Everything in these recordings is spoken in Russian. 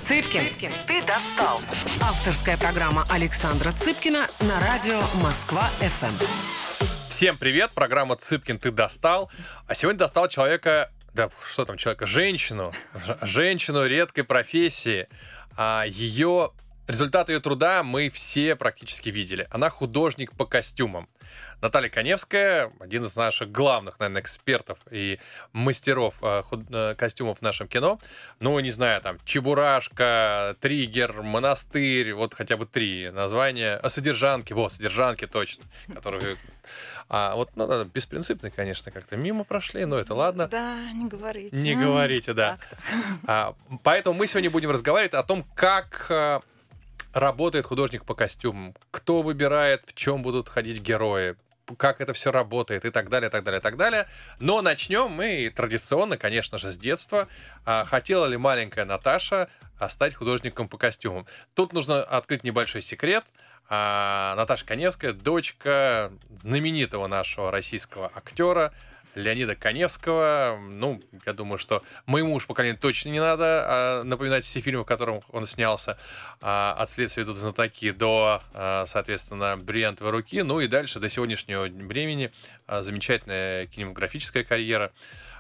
Цыпкин, ты достал. Авторская программа Александра Цыпкина на радио Москва-ФМ. Всем привет, программа «Цыпкин, ты достал». А сегодня достал человека, женщину редкой профессии. Результат ее труда мы все практически видели. Она художник по костюмам. Наталья Коневская, один из наших главных, наверное, экспертов и мастеров костюмов в нашем кино. Ну, не знаю, там, «Чебурашка», «Триггер», «Монастырь», вот хотя бы 3 названия. «Содержанки», «Содержанки» точно, которые... беспринципные, конечно, как-то мимо прошли, но это ладно. Да, не говорите. Не говорите, да. Поэтому мы сегодня будем разговаривать о том, как работает художник по костюмам, кто выбирает, в чем будут ходить герои, как это все работает и так далее, так далее, так далее. Но начнем мы традиционно, конечно же, с детства. Хотела ли маленькая Наташа стать художником по костюмам? Тут нужно открыть небольшой секрет. Наташа Коневская, дочка знаменитого нашего российского актера Леонида Коневского. Ну, я думаю, что моему уж поколению точно не надо напоминать все фильмы, в которых он снялся. От «Следствия ведут знатоки» до, соответственно, «Бриллиантовой руки». Ну и дальше до сегодняшнего времени замечательная кинематографическая карьера.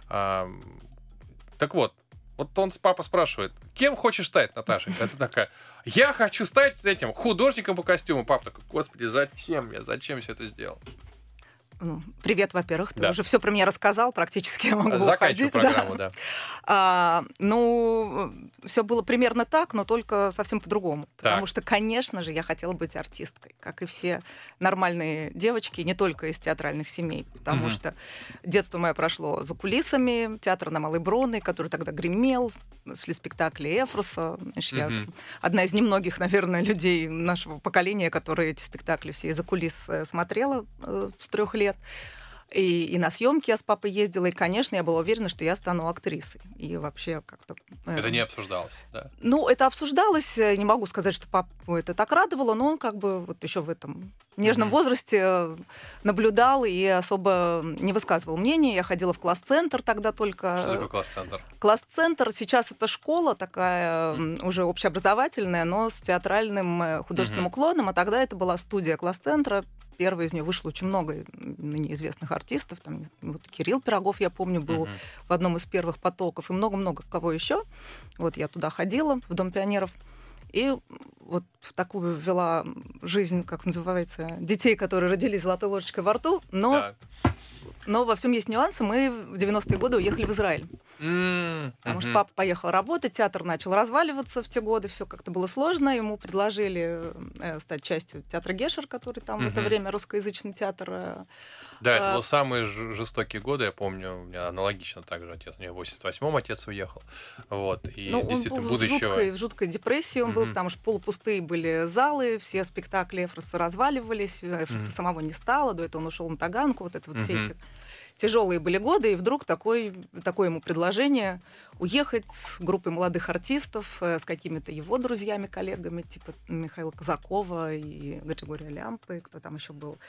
Так вот он папа спрашивает: кем хочешь стать, Наташа? Это такая: я хочу стать этим художником по костюму. Папа такой: господи, зачем я? Зачем все это сделал? Привет, во-первых, ты уже все про меня рассказал, практически я могу заканчиваю уходить. Программу, да. Все было примерно так, но только совсем по-другому. Потому что, конечно же, я хотела быть артисткой, как и все нормальные девочки, не только из театральных семей. Потому что детство мое прошло за кулисами театра на Малой Бронной, который тогда гремел, шли спектакли Эфроса. Я одна из немногих, наверное, людей нашего поколения, которые эти спектакли все из-за кулис смотрела с 3 лет. И на съемки я с папой ездила, и, конечно, я была уверена, что я стану актрисой. И вообще как-то... Это не обсуждалось, да? Это обсуждалось. Не могу сказать, что папу это так радовало, но он как бы вот еще в этом нежном возрасте наблюдал и особо не высказывал мнения. Я ходила в класс-центр тогда только. Что такое класс-центр? Класс-центр сейчас это школа такая уже общеобразовательная, но с театральным художественным уклоном, а тогда это была студия класс-центра. Первой из нее вышло очень много ныне известных артистов. Там, Кирилл Пирогов, я помню, был в одном из первых потоков, и много-много кого еще. Я туда ходила, в Дом пионеров. И вот в такую вела жизнь, как называется, детей, которые родились золотой ложечкой во рту. Но во всем есть нюансы. Мы в 90-е годы уехали в Израиль. Потому что папа поехал работать, театр начал разваливаться в те годы, все как-то было сложно. Ему предложили стать частью театра Гешер, который там в это время русскоязычный театр. Да, это были самые жестокие годы, я помню, у меня аналогично также отец, у него в 88-м отец уехал, и действительно он будущего... в жуткой депрессии он был, потому что полупустые были залы, все спектакли Эфроса разваливались, Эфроса самого не стало, до этого он ушел на Таганку, все эти тяжелые были годы, и вдруг такое ему предложение уехать с группой молодых артистов, с какими-то его друзьями, коллегами, типа Михаила Казакова и Григория Лямпы, кто там еще был,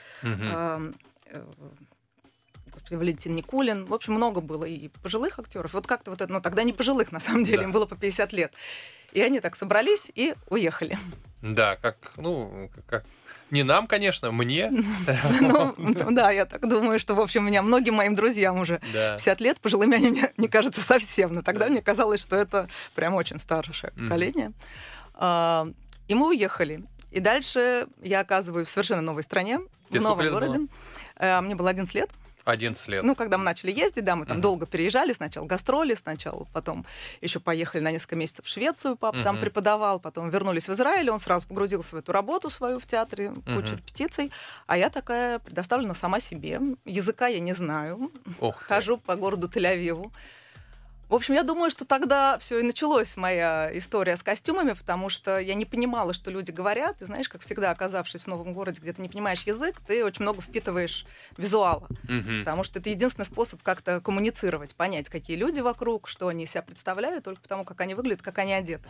Валентин Никулин. В общем, много было и пожилых актеров. Как-то тогда не пожилых, на самом деле, им было по 50 лет. И они так собрались и уехали. Да, как не нам, конечно, мне. Да, я так думаю, что, в общем, многим моим друзьям уже 50 лет, пожилыми они мне не кажутся совсем, но тогда мне казалось, что это прям очень старшее поколение. И мы уехали. И дальше я оказываюсь в совершенно новой стране, в новом городе. Мне было 11 лет. 11 лет. Когда мы начали ездить, мы там долго переезжали, сначала гастроли, потом еще поехали на несколько месяцев в Швецию, папа там преподавал, потом вернулись в Израиль, он сразу погрузился в эту работу свою в театре, кучу репетиций, а я такая предоставлена сама себе, языка я не знаю, хожу по городу Тель-Авиву. В общем, я думаю, что тогда все и началась моя история с костюмами, потому что я не понимала, что люди говорят. И знаешь, как всегда, оказавшись в новом городе, где ты не понимаешь язык, ты очень много впитываешь визуала. Потому что это единственный способ как-то коммуницировать, понять, какие люди вокруг, что они из себя представляют, только потому, как они выглядят, как они одеты.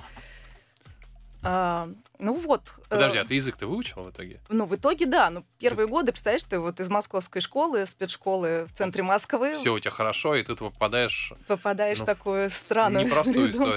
Подожди, а ты язык-то выучила в итоге? В итоге, да. Первые годы, представляешь, ты из московской школы, спецшколы в центре Москвы. Все у тебя хорошо, и ты попадаешь... Попадаешь в такую странную непростую среду. историю.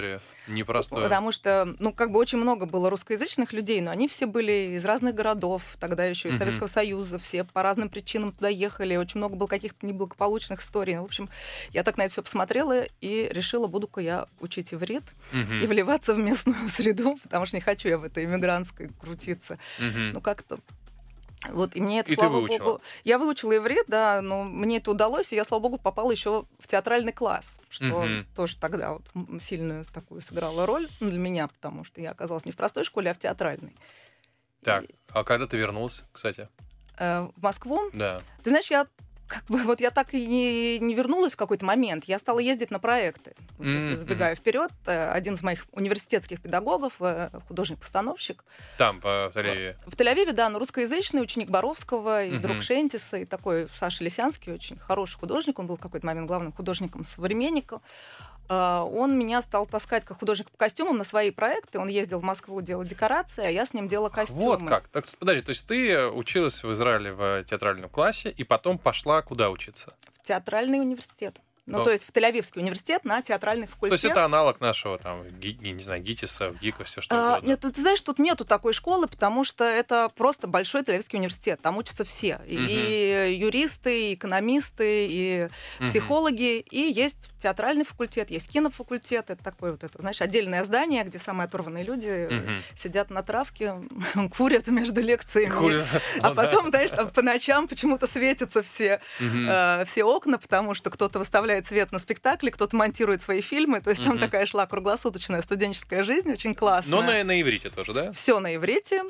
Непростое. Потому что, очень много было русскоязычных людей, но они все были из разных городов, тогда еще из Советского Союза, все по разным причинам туда ехали, очень много было каких-то неблагополучных историй. В общем, я так на это все посмотрела и решила, буду-ка я учить иврит и вливаться в местную среду, потому что не хочу я в этой иммигрантской крутиться. Как-то... И мне это, слава богу... Я выучила иврит, да, но мне это удалось, и я, слава богу, попала еще в театральный класс, что тоже тогда сильную такую сыграла роль для меня, потому что я оказалась не в простой школе, а в театральной. Так, а когда ты вернулась, кстати? В Москву? Да. Ты знаешь, я так и не вернулась в какой-то момент. Я стала ездить на проекты. Если забегаю вперед, один из моих университетских педагогов, художник-постановщик. Там, в Тель-Авиве. В Тель-Авиве, да, но русскоязычный, ученик Боровского и друг Шентиса, и такой Саша Лисянский, очень хороший художник. Он был в какой-то момент главным художником современника. Он меня стал таскать как художник по костюмам на свои проекты. Он ездил в Москву делать декорации, а я с ним делала костюмы. Вот как. Так, подожди, то есть ты училась в Израиле в театральном классе и потом пошла куда учиться? В театральный университет. То есть в Тель-Авивский университет на театральный факультет. То есть это аналог нашего, ГИТИСа, ГИКа, все что угодно. Нет, ты знаешь, тут нету такой школы, потому что это просто большой Тель-Авивский университет. Там учатся все. И юристы, и экономисты, и психологи. И есть театральный факультет, есть кинофакультет. Это такое отдельное здание, где самые оторванные люди сидят на травке, курят между лекциями. А потом, знаешь, по ночам почему-то светятся все окна, потому что кто-то выставляет свет на спектакле, кто-то монтирует свои фильмы, то есть там такая шла круглосуточная студенческая жизнь, очень классная. Но на иврите тоже, да? Все на иврите.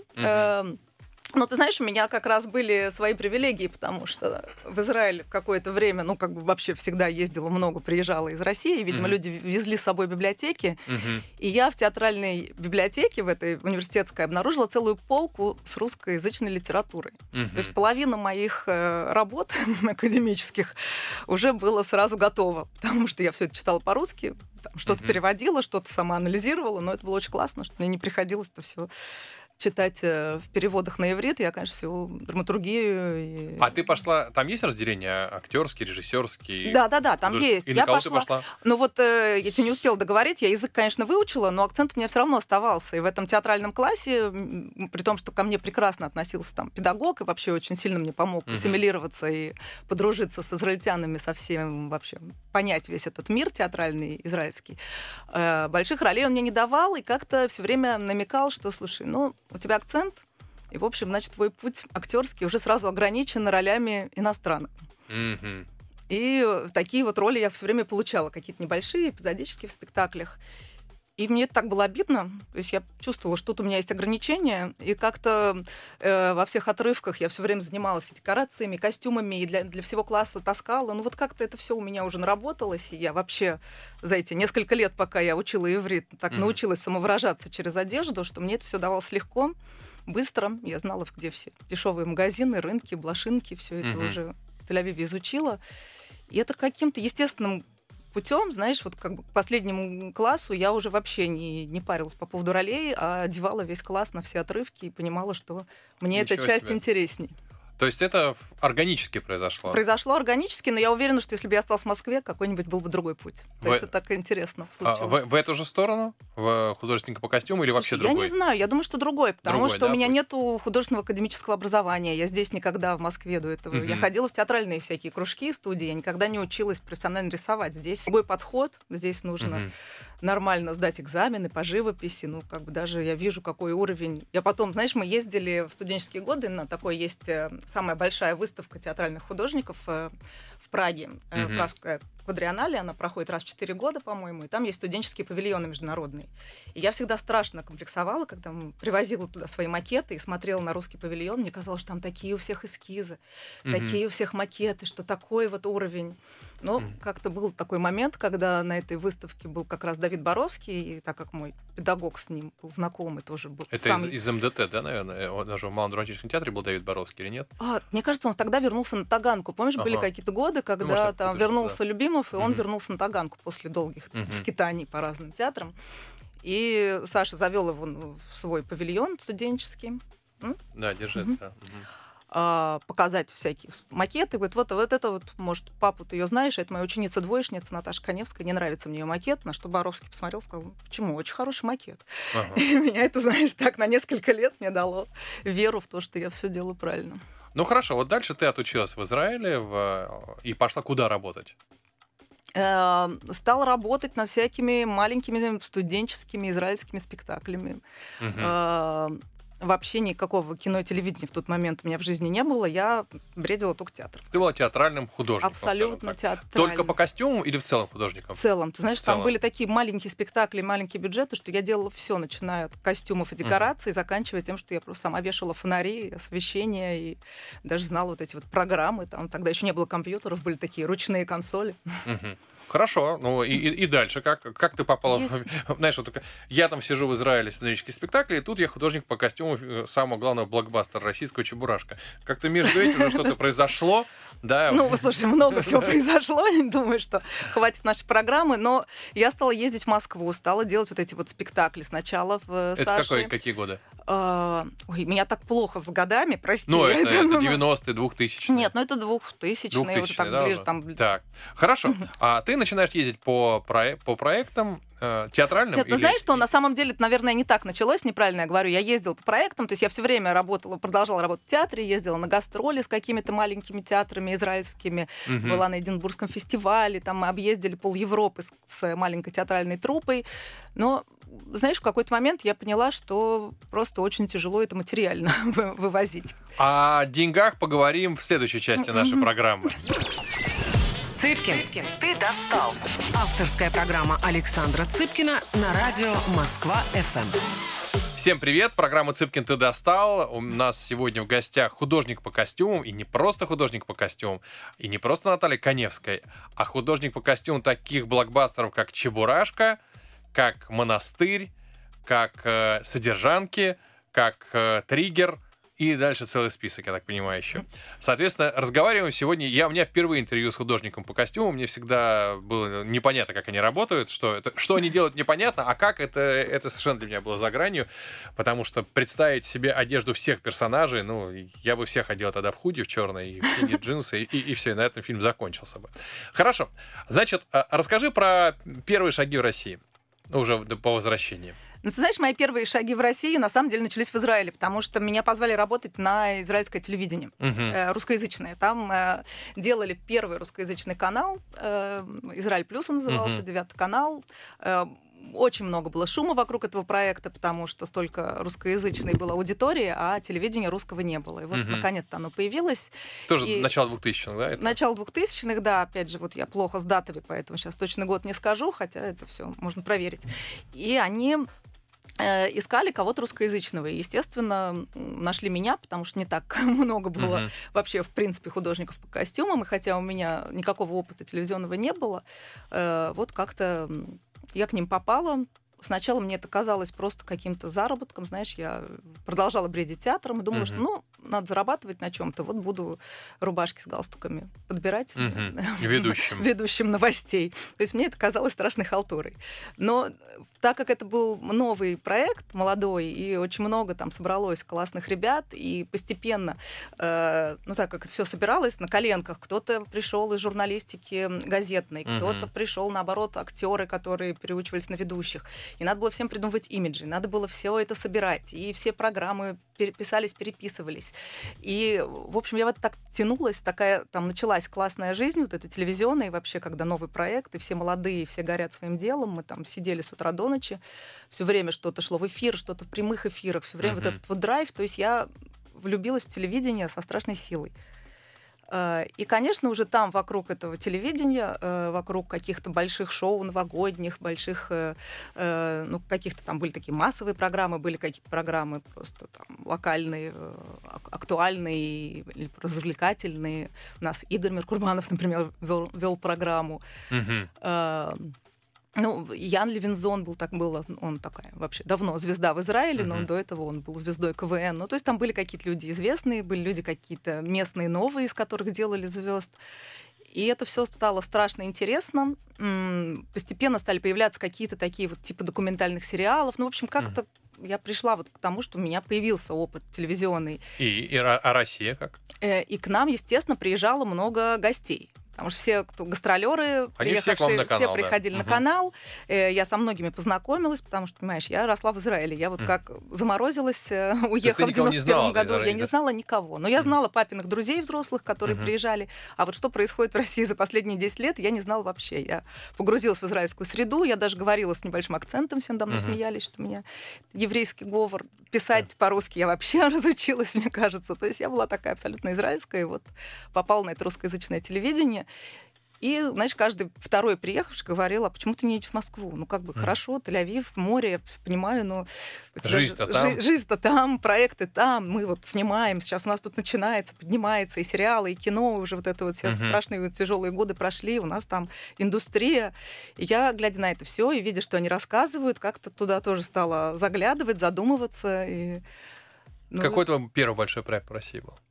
Но ты знаешь, у меня как раз были свои привилегии, потому что в Израиль какое-то время, вообще всегда ездила много, приезжала из России, и, видимо, люди везли с собой библиотеки, и я в театральной библиотеке, в этой университетской, обнаружила целую полку с русскоязычной литературой. То есть половина моих работ академических уже было сразу готово, потому что я все это читала по-русски, что-то переводила, что-то сама анализировала, но это было очень классно, что мне не приходилось это все читать в переводах на иврит. Я, конечно, всю драматургию. А ты пошла... Там есть разделение актерский, режиссерский? Да, там есть. И на кого ты пошла? Я тебе не успела договорить. Я язык, конечно, выучила, но акцент у меня все равно оставался. И в этом театральном классе, при том, что ко мне прекрасно относился там педагог и вообще очень сильно мне помог ассимилироваться и подружиться с израильтянами, со всем вообще понять весь этот мир театральный, израильский. Больших ролей он мне не давал и как-то все время намекал, что, слушай, у тебя акцент, и, в общем, значит, твой путь актерский уже сразу ограничен ролями иностранных. И такие вот роли я все время получала, какие-то небольшие, эпизодические в спектаклях. И мне это так было обидно. То есть я чувствовала, что тут у меня есть ограничения, и как-то во всех отрывках я все время занималась и декорациями, и костюмами, и для всего класса таскала. Как-то это все у меня уже наработалось, и я вообще за эти несколько лет, пока я учила иврит, так научилась самовыражаться через одежду, что мне это все давалось легко, быстро. Я знала, где все дешевые магазины, рынки, блошинки, все это уже в Тель-Авиве изучила. И это каким-то естественным путем, знаешь, к последнему классу я уже вообще не парилась по поводу ролей, а одевала весь класс на все отрывки и понимала, что мне эта часть интересней. То есть это органически произошло? Произошло органически, но я уверена, что если бы я осталась в Москве, какой-нибудь был бы другой путь. То есть это так интересно случилось. В эту же сторону? В художника по костюму или вообще другой? Я не знаю, я думаю, что другой, потому что у меня нету художественного академического образования. Я здесь никогда в Москве до этого. Я ходила в театральные всякие кружки, студии, я никогда не училась профессионально рисовать. Здесь другой подход, здесь нужно нормально сдать экзамены по живописи, даже я вижу, какой уровень. Я потом, знаешь, мы ездили в студенческие годы, на такой есть самая большая выставка театральных художников в Праге, Пражская квадриеннале, она проходит раз в 4 года, по-моему, и там есть студенческие павильоны международные. И я всегда страшно комплексовала, когда привозила туда свои макеты и смотрела на русский павильон, мне казалось, что там такие у всех эскизы, такие у всех макеты, что такой вот уровень. Но как-то был такой момент, когда на этой выставке был как раз Давид Боровский, и так как мой педагог с ним был знакомый, тоже был. Это из МДТ, да, наверное? Даже в Малом драматическом театре был Давид Боровский или нет? Мне кажется, он тогда вернулся на Таганку. Помнишь, были какие-то годы, когда там вернулся Любимов, и он вернулся на Таганку после долгих скитаний по разным театрам. И Саша завел его в свой павильон студенческий. Да, держи это. показать всякие макеты. Говорит, вот это вот, может, папу ты ее знаешь, это моя ученица-двоечница Наташа Коневская, не нравится мне ее макет, на что Боровский посмотрел, сказал, почему, очень хороший макет. И меня это, знаешь, так на несколько лет мне дало веру в то, что я все делаю правильно. Ну хорошо, вот дальше ты отучилась в Израиле и пошла куда работать? Стала работать над всякими маленькими студенческими израильскими спектаклями. Вообще никакого кино и телевидения в тот момент у меня в жизни не было. Я бредила только театром. Ты была театральным художником. Абсолютно театральным. Только по костюмам или в целом художником? В целом. Ты знаешь, там были такие маленькие спектакли, маленькие бюджеты, что я делала все, начиная от костюмов и декораций, заканчивая тем, что я просто сама вешала фонари, освещение и даже знала вот эти вот программы. Там тогда еще не было компьютеров, были такие ручные консоли. Хорошо, ну и дальше, как ты попала знаешь, вот я там сижу в Израиле сценические спектакли, и тут я художник по костюму самого главного блокбастера российского «Чебурашка». Как-то между этим уже что-то произошло, да? Ну, слушай, много всего произошло, не думаю, что хватит нашей программы, но я стала ездить в Москву, стала делать вот эти вот спектакли сначала в Саше. Это какие годы? Ой, меня так плохо с годами, прости. Ну, это 90-е, 2000-е. Нет, ну это 2000-е, вот так да, ближе. Там... Так, хорошо. А ты начинаешь ездить по проектам театральным? Нет, ну знаешь, что на самом деле, это, наверное, не так началось, неправильно я говорю. Я ездила по проектам, то есть я все время продолжала работать в театре, ездила на гастроли с какими-то маленькими театрами израильскими, была на Эдинбургском фестивале, там мы объездили пол-Европы с маленькой театральной труппой, но знаешь, в какой-то момент я поняла, что просто очень тяжело это материально вывозить. О деньгах поговорим в следующей части нашей программы. Цыпкин, ты достал. Авторская программа Александра Цыпкина на радио Москва-ФМ. Всем привет, программа «Цыпкин, ты достал». У нас сегодня в гостях художник по костюмам, и не просто художник по костюмам, и не просто Наталья Коневская, а художник по костюмам таких блокбастеров, как «Чебурашка», как «Монастырь», как «Содержанки», как «Триггер», и дальше целый список, я так понимаю, еще. Соответственно, разговариваем сегодня. У меня впервые интервью с художником по костюмам. Мне всегда было непонятно, как они работают, что они делают, непонятно, а как это совершенно для меня было за гранью, потому что представить себе одежду всех персонажей, ну, я бы всех одел тогда в худи, в черной, и в синие джинсы, и все, и на этом фильм закончился бы. Хорошо. Значит, расскажи про первые шаги в России, уже по возвращении. Ну, ты знаешь, мои первые шаги в России на самом деле начались в Израиле, потому что меня позвали работать на израильское телевидение, русскоязычное. Там делали первый русскоязычный канал, «Израиль плюс» он назывался, 9-й канал. Очень много было шума вокруг этого проекта, потому что столько русскоязычной была аудитории, а телевидения русского не было. И вот, наконец-то, оно появилось. Тоже начало 2000-х, да? Это? Начало 2000-х, да. Опять же, вот я плохо с датами, поэтому сейчас точный год не скажу, хотя это все можно проверить. И они искали кого-то русскоязычного. И, естественно, нашли меня, потому что не так много было вообще, в принципе, художников по костюмам. И хотя у меня никакого опыта телевизионного не было, вот как-то я к ним попала. Сначала мне это казалось просто каким-то заработком. Знаешь, я продолжала бредить театром и думала, что, надо зарабатывать на чем-то. Вот буду рубашки с галстуками подбирать ведущим новостей. То есть мне это казалось страшной халтурой. Но так как это был новый проект, молодой, и очень много там собралось классных ребят, и постепенно, так как это все собиралось на коленках, кто-то пришел из журналистики газетной, кто-то пришел, наоборот, актеры, которые переучивались на ведущих. И надо было всем придумывать имиджи, надо было все это собирать, и все программы переписались, переписывались. И, в общем, я вот так тянулась, такая там началась классная жизнь, вот эта телевизионная, и вообще, когда новый проект, и все молодые, все горят своим делом, мы там сидели с утра до ночи, все время что-то шло в эфир, что-то в прямых эфирах, все время вот этот вот драйв, то есть я влюбилась в телевидение со страшной силой. И, конечно, уже там вокруг этого телевидения, вокруг каких-то больших шоу новогодних, больших, каких-то там были такие массовые программы, были какие-то программы просто там локальные, актуальные, развлекательные. У нас Игорь Меркурманов, например, вел программу. Ян Левинзон был он такая вообще давно звезда в Израиле, но до этого он был звездой КВН. То есть там были какие-то люди известные, были люди какие-то местные новые, из которых делали звезд. И это все стало страшно интересно. Постепенно стали появляться какие-то такие вот типа документальных сериалов. В общем, как-то я пришла вот к тому, что у меня появился опыт телевизионный. А Россия как? И к нам, естественно, приезжало много гостей. Потому что все, кто гастролеры, приехавшие, все приходили на канал. Я со многими познакомилась, потому что, понимаешь, я росла в Израиле. Я вот как заморозилась, уехав в 91 году. Я не знала никого. Но я знала папиных друзей взрослых, которые приезжали. А вот что происходит в России за последние 10 лет, я не знала вообще. Я погрузилась в израильскую среду. Я даже говорила с небольшим акцентом. Все надо мной смеялись, что у меня еврейский говор. Писать по-русски я вообще разучилась, мне кажется. То есть я была такая абсолютно израильская. И вот попала на это русскоязычное телевидение. И, знаешь, каждый второй приехавший говорил, а почему ты не едешь в Москву? Ну, как бы хорошо, Тель-Авив, море, я понимаю, но... Жизнь-то там. Жизнь-то там, проекты там, мы вот снимаем, сейчас у нас тут начинается, поднимается и сериалы, и кино, уже вот это вот все страшные тяжелые годы прошли, у нас там индустрия. И я, глядя на это все и видя, что они рассказывают, как-то туда тоже стала заглядывать, задумываться. Какой твой первый большой проект в России был?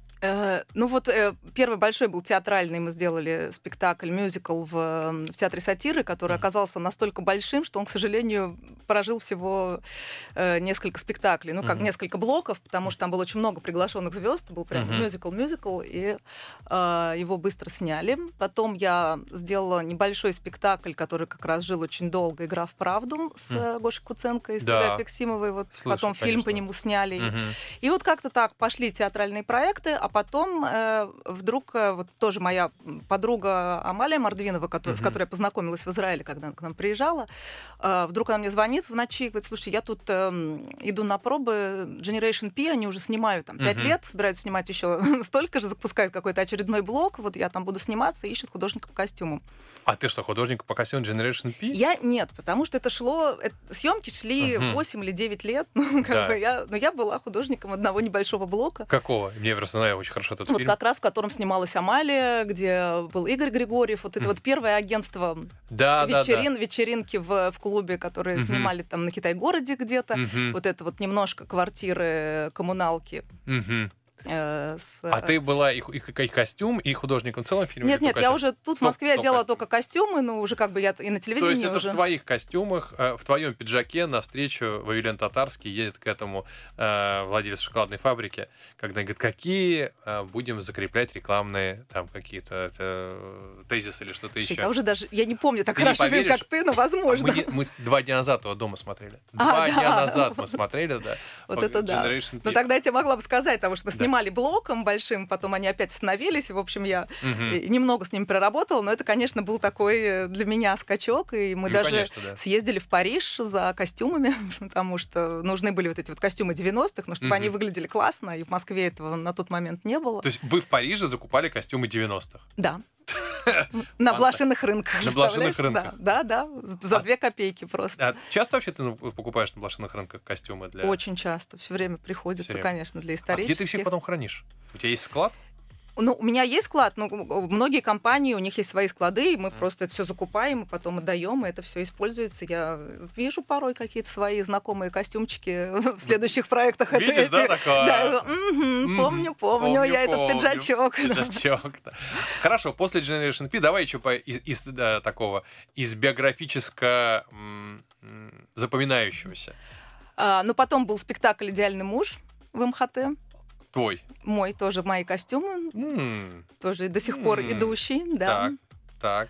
Ну вот первый большой был театральный, мы сделали спектакль, мюзикл в Театре сатиры, который оказался настолько большим, что он, к сожалению, прожил всего несколько спектаклей, ну как несколько блоков, потому что там было очень много приглашенных звезд, был прям мюзикл, и его быстро сняли. Потом я сделала небольшой спектакль, который как раз жил очень долго, «Игра в правду» с Гошей Куценко и с Ильей Апексимовой, вот потом фильм по нему сняли. И вот как-то так пошли театральные проекты, а потом вдруг вот тоже моя подруга Амалия Мордвинова, с которой я познакомилась в Израиле, когда она к нам приезжала, вдруг она мне звонит в ночи и говорит: слушай, я тут иду на пробы Generation P, они уже снимают там 5 лет, собираются снимать еще столько же, запускают какой-то очередной блок, вот я там буду сниматься, ищут художника по костюмам. А ты что, художник по костюму Generation P? Я нет, потому что съемки шли 8 или 9 лет, я была художником одного небольшого блока. Какого? Мне просто знаю очень хорошо этот фильм. Вот как раз в котором снималась Амалия, где был Игорь Григорьев, вот это вот первое агентство вечеринки в клубе, которые снимали там на Китай-городе где-то, вот это вот немножко квартиры, коммуналки. А ты была и костюм, и художником в целом фильме? Нет, я уже тут в Москве делала только костюмы, но уже как бы я и на телевидении. То есть это в твоих костюмах, в твоем пиджаке навстречу Вавилен Татарский едет к этому владелец шоколадной фабрики, когда говорит, какие будем закреплять рекламные там какие-то тезисы или что-то еще. Я уже даже, я не помню так хорошо, как ты, но возможно. Мы 2 дня назад его дома смотрели. 2 дня назад мы смотрели, да. Вот это да. Но тогда я тебе могла бы сказать, потому что мы снимали блоком большим, потом они опять остановились, и, в общем, я немного с ними проработала, но это, конечно, был такой для меня скачок, и мы даже съездили в Париж за костюмами, потому что нужны были вот эти вот костюмы 90-х, но чтобы они выглядели классно, и в Москве этого на тот момент не было. То есть вы в Париже закупали костюмы 90-х? Да. На блошиных рынках. На блошиных рынках? Да, за 2 копейки просто. А часто вообще ты покупаешь на блошиных рынках костюмы для... Очень часто. Все время приходится, конечно, для исторических. А где ты всех потом хранишь? У тебя есть склад? Ну, у меня есть склад, но многие компании, у них есть свои склады, и мы просто это все закупаем, и потом отдаем, и это все используется. Я вижу порой какие-то свои знакомые костюмчики в следующих проектах. Видишь, да, такое? Да, помню, я этот пиджачок. Хорошо, после Generation P давай еще из биографического запоминающегося. Ну, потом был спектакль «Идеальный муж» в МХТ. Твой? Мой, тоже мои костюмы. Тоже до сих пор идущий, да. Так.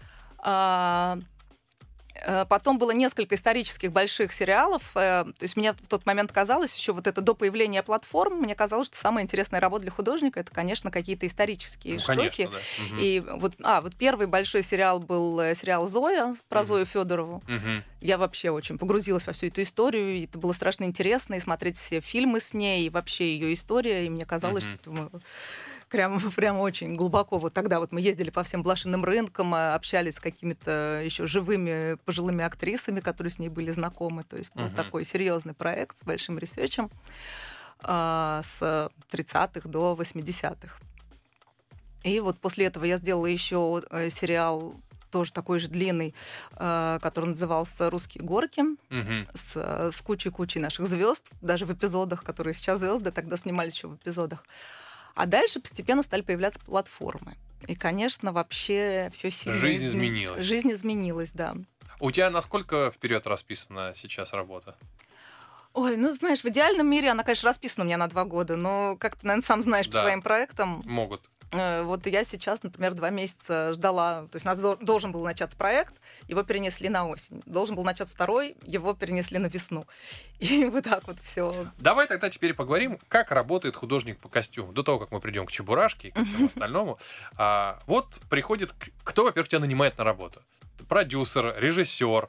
Потом было несколько исторических больших сериалов. То есть мне в тот момент казалось, еще вот это до появления платформ, мне казалось, что самая интересная работа для художника — это, конечно, какие-то исторические штуки. Конечно, да. И вот первый большой сериал был сериал «Зоя» про Зою Федорову. Я вообще очень погрузилась во всю эту историю, и это было страшно интересно, и смотреть все фильмы с ней, и вообще ее история, и мне казалось, что... Прям очень глубоко. Вот тогда вот мы ездили по всем блошиным рынкам, общались с какими-то еще живыми пожилыми актрисами, которые с ней были знакомы. То есть был такой серьезный проект с большим ресерчем с 30-х до 80-х. И вот после этого я сделала еще сериал, тоже такой же длинный, который назывался «Русские горки», с кучей наших звезд, даже в эпизодах, которые сейчас звезды, тогда снимались еще в эпизодах. А дальше постепенно стали появляться платформы. И, конечно, вообще все сильно изменилась. Жизнь изменилась, да. У тебя насколько вперед расписана сейчас работа? Ой, ну, понимаешь, в идеальном мире она, конечно, расписана у меня на 2 года, но, как ты, наверное, сам знаешь по своим проектам... Могут. Вот я сейчас, например, 2 месяца ждала, то есть у нас должен был начаться проект, его перенесли на осень. Должен был начаться второй, его перенесли на весну. И вот так вот все. Давай тогда теперь поговорим, как работает художник по костюму. До того, как мы придем к Чебурашке и ко всему остальному. Вот приходит, кто, во-первых, тебя нанимает на работу? Продюсер, режиссер,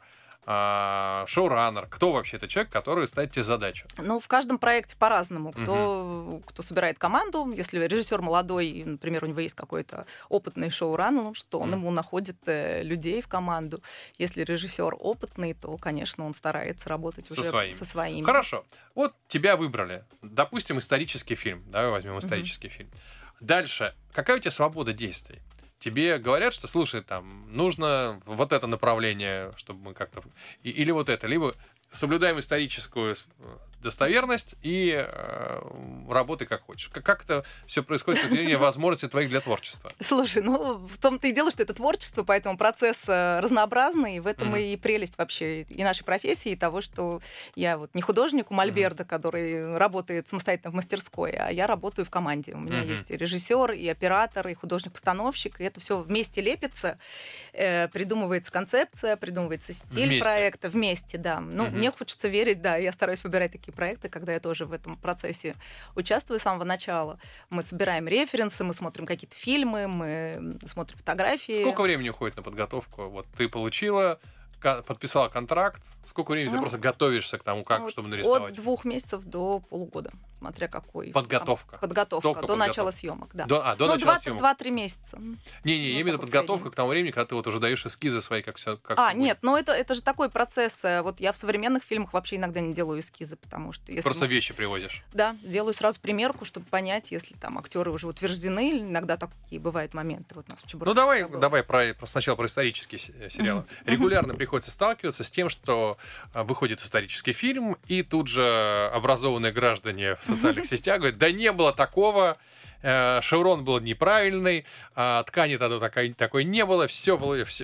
шоураннер. Кто вообще это человек, который ставит тебе задачу? Ну, в каждом проекте по-разному. Кто собирает команду, если режиссер молодой, и, например, у него есть какой-то опытный шоураннер, что он ему находит людей в команду. Если режиссер опытный, то, конечно, он старается работать уже со своими. Хорошо. Вот тебя выбрали. Допустим, исторический фильм. Давай возьмем исторический фильм. Дальше. Какая у тебя свобода действий? Тебе говорят, что, слушай, там, нужно вот это направление, чтобы мы как-то... Или вот это. Либо соблюдаем историческую достоверность и работай как хочешь. Как это все происходит с точки зрения возможностей твоих для творчества? Слушай, ну, в том-то и дело, что это творчество, поэтому процесс разнообразный, и в этом и прелесть вообще и нашей профессии, и того, что я вот не художник у мольберта, который работает самостоятельно в мастерской, а я работаю в команде. У меня есть и режиссер, и оператор, и художник-постановщик, и это все вместе лепится, придумывается концепция, придумывается стиль проекта вместе, да. Ну, мне хочется верить, да, я стараюсь выбирать такие проекты, когда я тоже в этом процессе участвую с самого начала. Мы собираем референсы, мы смотрим какие-то фильмы, мы смотрим фотографии. Сколько времени уходит на подготовку? Вот ты получила, подписала контракт. Сколько времени ты просто готовишься к тому, чтобы нарисовать? От 2 месяцев до полугода, смотря какой. Подготовка. Подготовка. До начала съемок, да. До начала съемок. 2-3 месяца. Не, я имею в виду подготовка к тому времени, когда ты вот уже даешь эскизы свои, как все. Нет, но это же такой процесс. Вот я в современных фильмах вообще иногда не делаю эскизы, потому что если просто вещи привозишь. Да, делаю сразу примерку, чтобы понять, если там актеры уже утверждены, иногда такие бывают моменты. Вот у нас в Чебурашке. Ну давай сначала про исторические сериалы. Регулярно приходится сталкиваться с тем, что выходит исторический фильм, и тут же образованные граждане в социальных сетях говорят, да не было такого, шеврон был неправильный, ткани тогда такой не было, все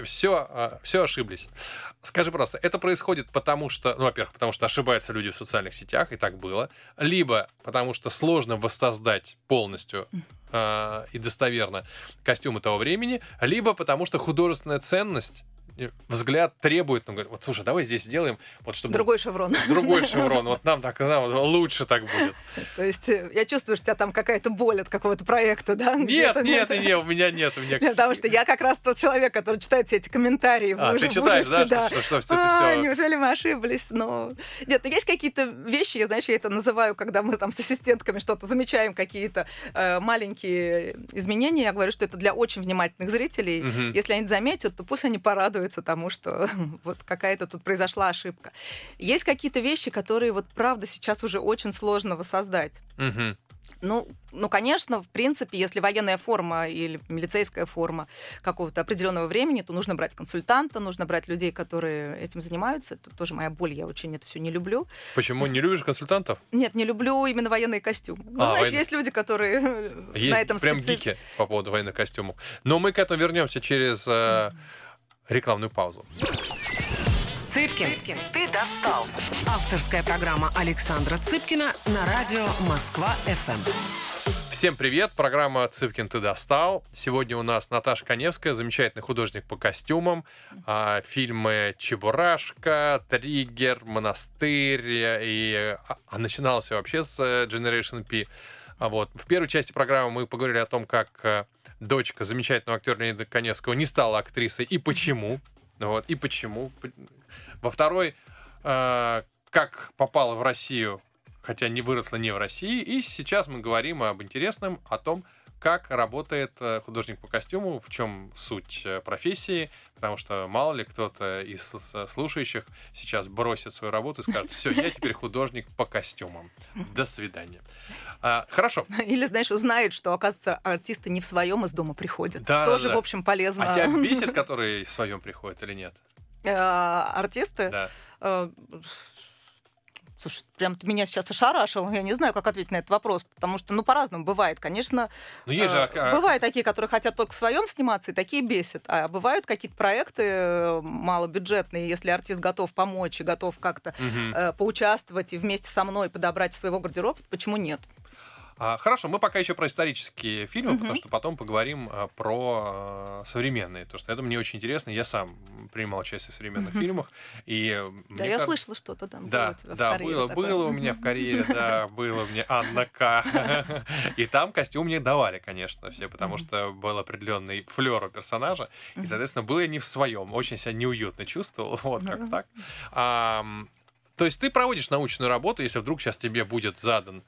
ошиблись. Скажи просто, это происходит потому что, во-первых, потому что ошибаются люди в социальных сетях, и так было, либо потому что сложно воссоздать полностью и достоверно костюмы того времени, либо потому что художественная ценность, взгляд требует, говорит, вот слушай, давай здесь сделаем, вот чтобы... Другой шеврон. Вот нам лучше так будет. То есть я чувствую, что у тебя там какая-то боль от какого-то проекта, да? Нет, у меня нет. Потому что я как раз тот человек, который читает все эти комментарии в ужасе. Ты читаешь, да? Что все... Неужели мы ошиблись? Нет, есть какие-то вещи, я это называю, когда мы там с ассистентками что-то замечаем, какие-то маленькие изменения, я говорю, что это для очень внимательных зрителей. Если они заметят, то пусть они порадуются тому, что вот какая-то тут произошла ошибка. Есть какие-то вещи, которые вот правда сейчас уже очень сложно воссоздать. Ну, конечно, в принципе, если военная форма или милицейская форма какого-то определенного времени, то нужно брать консультанта, нужно брать людей, которые этим занимаются. Это тоже моя боль, я очень это все не люблю. Почему? Не любишь консультантов? Нет, не люблю именно военные костюмы. Есть люди, которые на этом прям гики по поводу военных костюмов. Но мы к этому вернемся через рекламную паузу. Цыпкин, ты достал. Авторская программа Александра Цыпкина на радио Москва-ФМ. Всем привет, программа «Цыпкин, ты достал». Сегодня у нас Наташа Коневская, замечательный художник по костюмам. Фильмы «Чебурашка», «Триггер», «Монастырь». Начиналось все вообще с Generation P. В первой части программы мы поговорили о том, как дочка замечательного актера Леонида Коневского не стала актрисой и почему. И почему. Во второй, как попала в Россию, хотя не выросла не в России. И сейчас мы говорим об интересном, о том, как работает художник по костюму, в чем суть профессии, потому что мало ли кто-то из слушающих сейчас бросит свою работу и скажет, все, я теперь художник по костюмам. До свидания. Хорошо. Или, узнает, что, оказывается, артисты не в своем из дома приходят. Да, тоже, в общем, полезно. А тебя бесит, которые в своем приходят или нет? Артисты? Да. Слушай, прям ты меня сейчас ошарашил. Я не знаю, как ответить на этот вопрос, потому что, по-разному бывает. Конечно, бывают такие, которые хотят только в своем сниматься, и такие бесят. А бывают какие-то проекты малобюджетные, если артист готов помочь и готов как-то поучаствовать и вместе со мной подобрать своего гардероба, почему нет? Хорошо, мы пока еще про исторические фильмы, потому что потом поговорим про современные. Потому что это мне очень интересно. Я сам принимал участие в современных фильмах. И да, я слышала что-то там. Да, было у меня в карьере, да, было у меня Анна К. И там костюм мне давали, конечно, все, потому что был определенный флёр у персонажа. И, соответственно, был я не в своем. Очень себя неуютно чувствовал. Вот как так. То есть ты проводишь научную работу, если вдруг сейчас тебе будет задан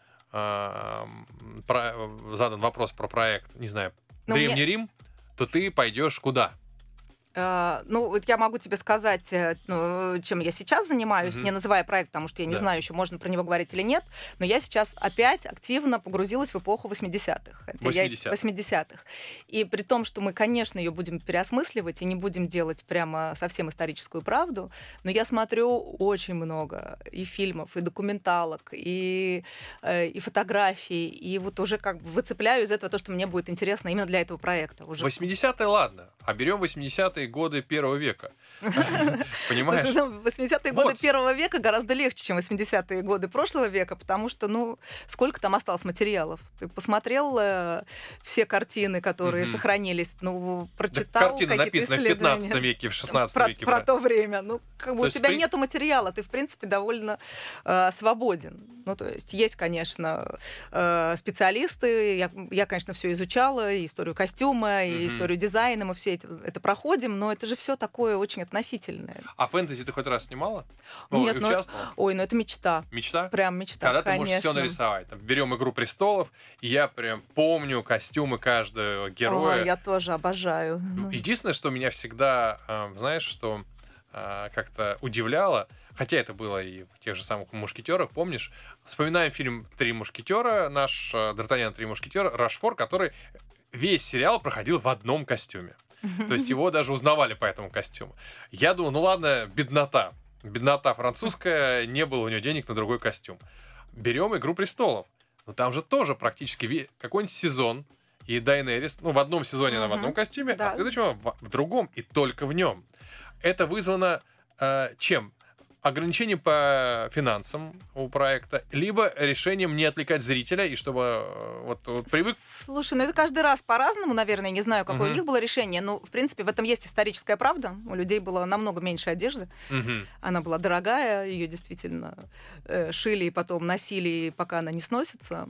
вопрос про проект, не знаю, Древний Рим, то ты пойдешь куда? Вот я могу тебе сказать, чем я сейчас занимаюсь, не называя проект, потому что я не знаю, еще можно про него говорить или нет, но я сейчас опять активно погрузилась в эпоху 80-х. 80-х. И при том, что мы, конечно, ее будем переосмысливать и не будем делать прямо совсем историческую правду, но я смотрю очень много и фильмов, и документалок, и фотографий, и вот уже как бы выцепляю из этого то, что мне будет интересно именно для этого проекта. 80-е, ладно, а берем 80-е годы первого века. Понимаешь? 80-е годы первого века гораздо легче, чем 80-е годы прошлого века, потому что, сколько там осталось материалов? Ты посмотрел все картины, которые сохранились, прочитал картины, написанные в 15 веке, в 16 веке. Про то время. У тебя нету материала, ты, в принципе, довольно свободен. То есть, конечно, специалисты. Я, конечно, все изучала, и историю костюма, и историю дизайна, мы все это проходим, но это же все такое очень относительное. А фэнтези ты хоть раз снимала? Нет, это мечта. Мечта? Прям мечта, когда конечно. Ты можешь все нарисовать. Берем «Игру престолов», и я прям помню костюмы каждого героя. Я тоже обожаю. Единственное, что меня всегда, знаешь, что как-то удивляло, хотя это было и в тех же самых «Мушкетерах», помнишь? Вспоминаем фильм «Три мушкетера», наш Д'Артаньян «Три мушкетера», Рашфор, который весь сериал проходил в одном костюме. То есть его даже узнавали по этому костюму. Я думал, ладно, беднота. Беднота французская, не было у нее денег на другой костюм. Берем «Игру престолов». Но там же тоже практически какой-нибудь сезон, и Дайнерис, в одном сезоне она в одном костюме, а в следующем в другом, и только в нем. Это вызвано чем? Ограничением по финансам у проекта, либо решением не отвлекать зрителя, и чтобы привык... Слушай, это каждый раз по-разному, наверное, не знаю, какое у них было решение, но, в принципе, в этом есть историческая правда. У людей было намного меньше одежды. Она была дорогая, ее действительно шили и потом носили, пока она не сносится.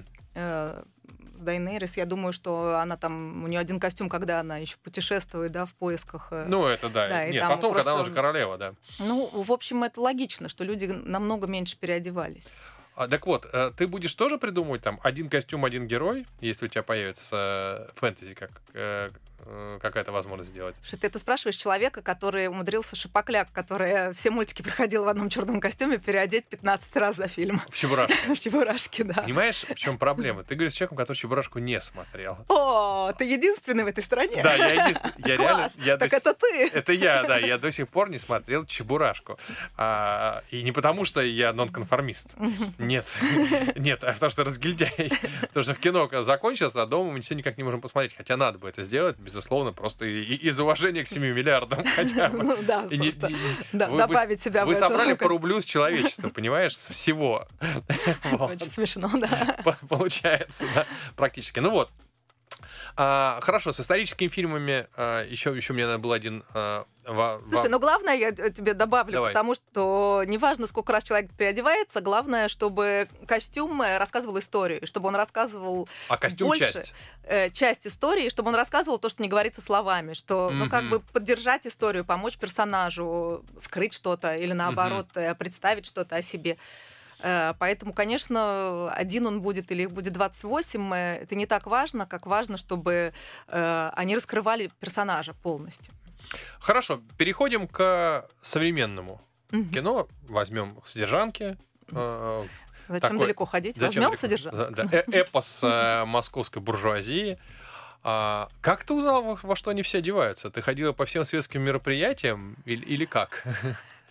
Дайнерис, я думаю, что она там, у нее один костюм, когда она еще путешествует, в поисках. Это да. Нет, потом, когда она уже королева, да. В общем, это логично, что люди намного меньше переодевались. Так вот, ты будешь тоже придумывать там один костюм, один герой, если у тебя появится фэнтези, какая-то возможность сделать? Что ты это спрашиваешь человека, который умудрился Шапокляк, который все мультики проходил в одном черном костюме, переодеть 15 раз за фильм. В Чебурашке. В Чебурашке, да. Понимаешь, в чем проблема? Ты говоришь с человеком, который Чебурашку не смотрел. О, ты единственный в этой стране. Да, я единственный. Класс, так это ты. Это я, да. Я до сих пор не смотрел Чебурашку. И не потому, что я нонконформист. Нет, а потому что разгильдяй. Потому что в кино закончилось, а дома мы все никак не можем посмотреть. Хотя надо бы это сделать, безусловно, просто из уважения к 7 миллиардам хотя бы. Добавить себя в это. Вы собрали по рублю с человечеством, понимаешь, всего. Очень смешно, да. Получается, да, практически. Хорошо, с историческими фильмами еще у меня был один... Слушай, главное, я тебе добавлю, потому что неважно, сколько раз человек переодевается, главное, чтобы костюм рассказывал историю, чтобы он рассказывал больше часть истории, чтобы он рассказывал то, что не говорится словами, что, поддержать историю, помочь персонажу, скрыть что-то или, наоборот, представить что-то о себе. Поэтому, конечно, один он будет или их будет 28, это не так важно, как важно, чтобы они раскрывали персонажа полностью. Хорошо, переходим к современному кино. Возьмем «Содержанки». Зачем далеко ходить? Возьмем «Содержанки». Эпос московской буржуазии. Как ты узнала, во что они все одеваются? Ты ходила по всем светским мероприятиям или как?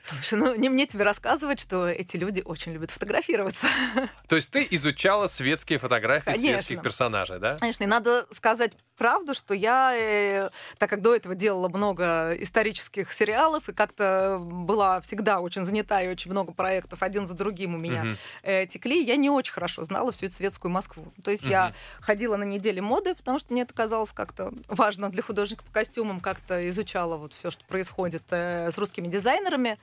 Слушай, ну не мне тебе рассказывать, что эти люди очень любят фотографироваться. То есть ты изучала светские фотографии светских персонажей, да? Конечно, и надо сказать правду, что я, так как до этого делала много исторических сериалов и как-то была всегда очень занята и очень много проектов один за другим у меня текли, я не очень хорошо знала всю эту светскую Москву. То есть я ходила на недели моды, потому что мне это казалось как-то важно для художника по костюмам, как-то изучала вот все, что происходит с русскими дизайнерами.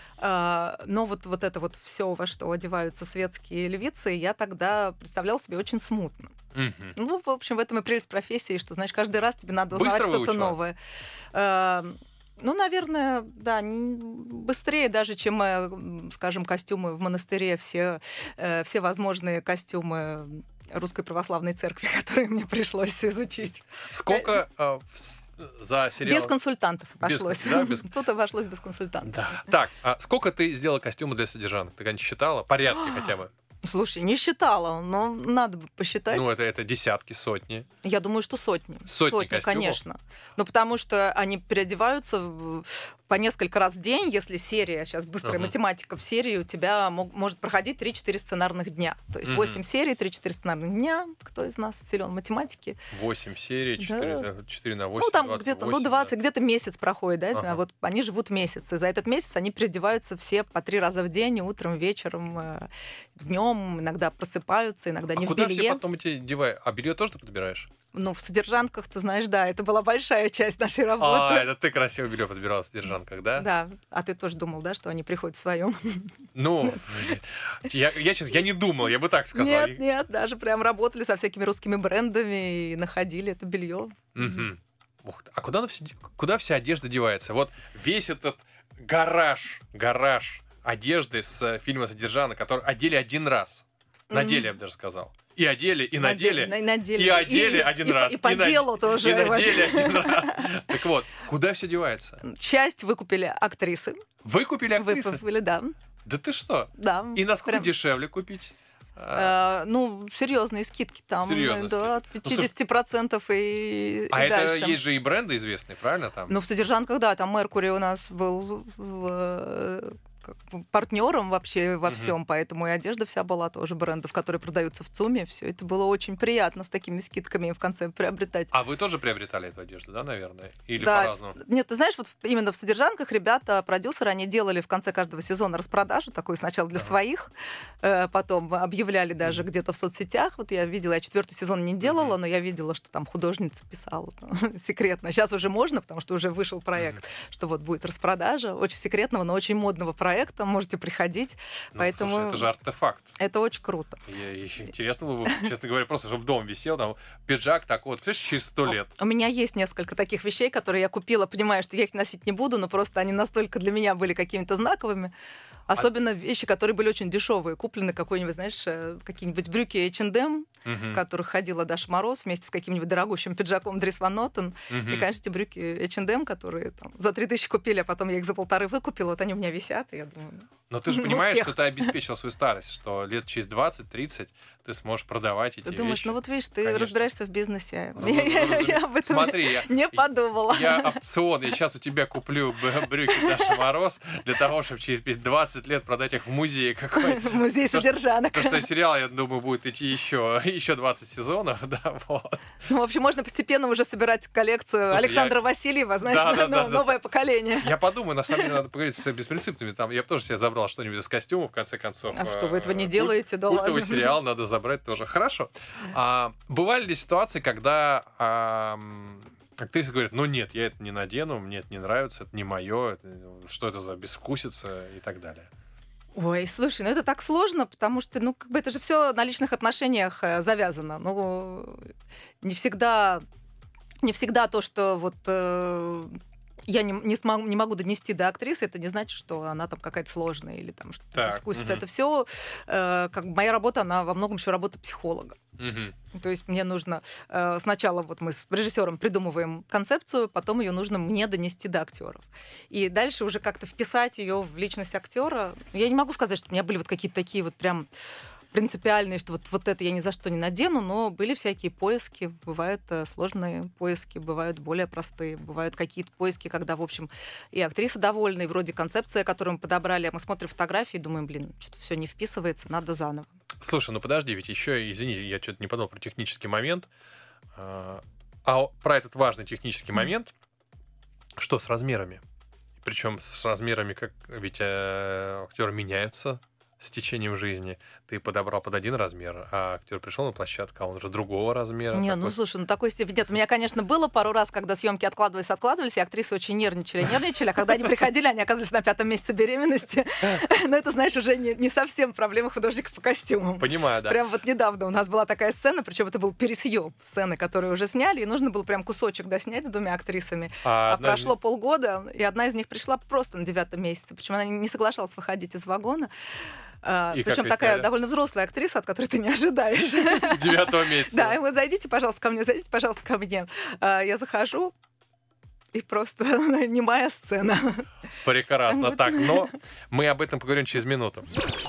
Но вот это вот все, во что одеваются светские львицы, я тогда представляла себе очень смутно. Ну, в общем, в этом и прелесть профессии, что, знаешь, каждый раз тебе надо узнавать что-то новое. Ну, наверное, да, быстрее даже, чем, скажем, костюмы в монастыре, все возможные костюмы Русской Православной Церкви, которые мне пришлось изучить. Сколько за сериал? Без консультантов обошлось. Тут обошлось без консультантов. Да. Так, а сколько ты сделала костюмы для содержанок? Ты когда-нибудь считала? Порядки хотя бы. Слушай, не считала, но надо бы посчитать. Ну, это десятки, сотни. Я думаю, что сотни. Сотни костюмов? Конечно. Ну, потому что они переодеваются по несколько раз в день, если серия, сейчас быстрая математика, в серии у тебя может проходить 3-4 сценарных дня. То есть 8 серий, 3-4 сценарных дня. Кто из нас силен в математике? 8 серий, 4 на 8, ну, там 28, где-то 20, да. Где-то месяц проходит, да? А вот они живут месяц, и за этот месяц они переодеваются все по 3 раза в день, утром, вечером, днем, иногда просыпаются, иногда не в белье. А куда все потом эти девают? А белье тоже ты подбираешь? Ну, в содержанках, ты знаешь, да, это была большая часть нашей работы. Это ты красиво белье подбирала в содержанках, да? Да. А ты тоже думал, да, что они приходят в своем? Ну, я не думал, я бы так сказал. Нет, даже прям работали со всякими русскими брендами и находили это белье. А куда вся одежда девается? Вот весь этот гараж одежды с фильма «Содержанок», который одели один раз. Надели, я бы даже сказал. И одели, и надели. И одели один раз. И по делу тоже. И надели один раз. Так вот, куда все девается? Часть выкупили актрисы. Выкупили актрисы? Выкупили, да. Да ты что? Да. И насколько дешевле купить? Ну, серьезные скидки там. Да, от 50% и а дальше. Это есть же и бренды известные, правильно? Там? Ну, в содержанках, да, там Меркури у нас был партнером вообще во всем, поэтому и одежда вся была тоже брендов, которые продаются в ЦУМе. Все это было очень приятно с такими скидками в конце приобретать. А вы тоже приобретали эту одежду, да, наверное? Или да, по-разному? Нет, ты знаешь, вот именно в содержанках ребята, продюсеры, они делали в конце каждого сезона распродажу такую сначала для своих, потом объявляли даже где-то в соцсетях. Вот я видела, я 4-й сезон не делала, но я видела, что там художница писала секретно. Сейчас уже можно, потому что уже вышел проект, что вот будет распродажа очень секретного, но очень модного проекта. Можете приходить. Ну, поэтому слушай, это же артефакт. Это очень круто. Интересно было бы, честно говоря, просто чтобы дом висел, там пиджак такой, вот, через 100 лет. У меня есть несколько таких вещей, которые я купила, понимаю, что я их носить не буду, но просто они настолько для меня были какими-то знаковыми. Особенно вещи, которые были очень дешевые. Куплены какой-нибудь, знаешь, какие-нибудь брюки H&M, в которых ходила Даша Мороз вместе с каким-нибудь дорогущим пиджаком Дрис Ван Нотен. И, конечно, эти брюки H&M, которые там, за 3000 купили, а потом я их за 1500 выкупила, вот они у меня висят, и я думаю... Но ты же понимаешь, что ты обеспечил свою старость, что лет через 20-30 ты сможешь продавать эти вещи. Ты думаешь, ну вот видишь, ты разбираешься в бизнесе. Я об этом не подумала. Я опцион, я сейчас у тебя куплю брюки Даши Мороз для того, чтобы через 20 лет продать их в музее какой-то. Музей содержанок. Потому что сериал, я думаю, будет идти еще 20 сезонов, да, вот. Ну, в общем, можно постепенно уже собирать коллекцию Александра Васильева, знаешь, новое поколение. Я подумаю, на самом деле, надо поговорить с беспринципными. Там я бы тоже себе забрал что-нибудь из костюма, в конце концов. А что, вы этого не делаете? Да ладно. Культовый сериал надо забрать тоже. Хорошо. Бывали ли ситуации, когда актриса говорит, ну нет, я это не надену, мне это не нравится, это не мое, что это за безвкусица и так далее? Ой, слушай, ну это так сложно, потому что, ну, как бы это же все на личных отношениях завязано. Ну, не всегда то, что вот я не могу донести до актрисы, это не значит, что она там какая-то сложная или там что-то вкусится. Это все, как бы моя работа, она во многом еще работа психолога. То есть мне нужно сначала вот мы с режиссером придумываем концепцию, потом ее нужно мне донести до актеров. И дальше уже как-то вписать ее в личность актера. Я не могу сказать, что у меня были вот какие-то такие вот прям принципиальные, что вот это я ни за что не надену, но были всякие поиски. Бывают сложные поиски, бывают более простые, бывают какие-то поиски, когда, в общем, и актриса довольна, и вроде концепция, которую мы подобрали, а мы смотрим фотографии и думаем, что-то все не вписывается, надо заново. Слушай, ну подожди, ведь еще, извини, я что-то не подумал про технический момент. А про этот важный технический момент, что с размерами? Причем с размерами, как ведь актеры меняются с течением жизни. Ты подобрал под один размер, а актер пришел на площадку, а он уже другого размера. Не, ну слушай, ну такой степени нет. У меня, конечно, было пару раз, когда съемки откладывались, и актрисы очень нервничали, а когда они приходили, они оказывались на 5-м месяце беременности. Но это, знаешь, уже не совсем проблема художника по костюмам. Понимаю, да. Прям вот недавно у нас была такая сцена, причем это был пересъем сцены, которые уже сняли, и нужно было прям кусочек доснять с 2 актрисами. А прошло полгода, и одна из них пришла просто на 9-м месяце, причем она не соглашалась выходить из вагона. Причем такая довольно взрослая актриса, от которой ты не ожидаешь. 9-го месяца. Да, и вот зайдите, пожалуйста, ко мне. Я захожу, и просто немая сцена. Прекрасно. Так, но мы об этом поговорим через минуту.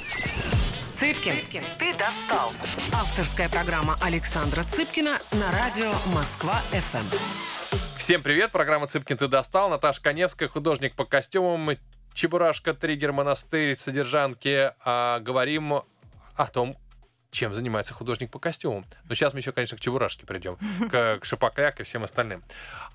Цыпкин, ты достал. Авторская программа Александра Цыпкина на радио Москва-ФМ. Всем привет, программа «Цыпкин, ты достал». Наташа Коневская, художник по костюмам, Чебурашка, Триггер, Монастырь, Содержанки. Говорим о том, чем занимается художник по костюмам. Но сейчас мы еще, конечно, к Чебурашке придем, к Шапокляк и всем остальным.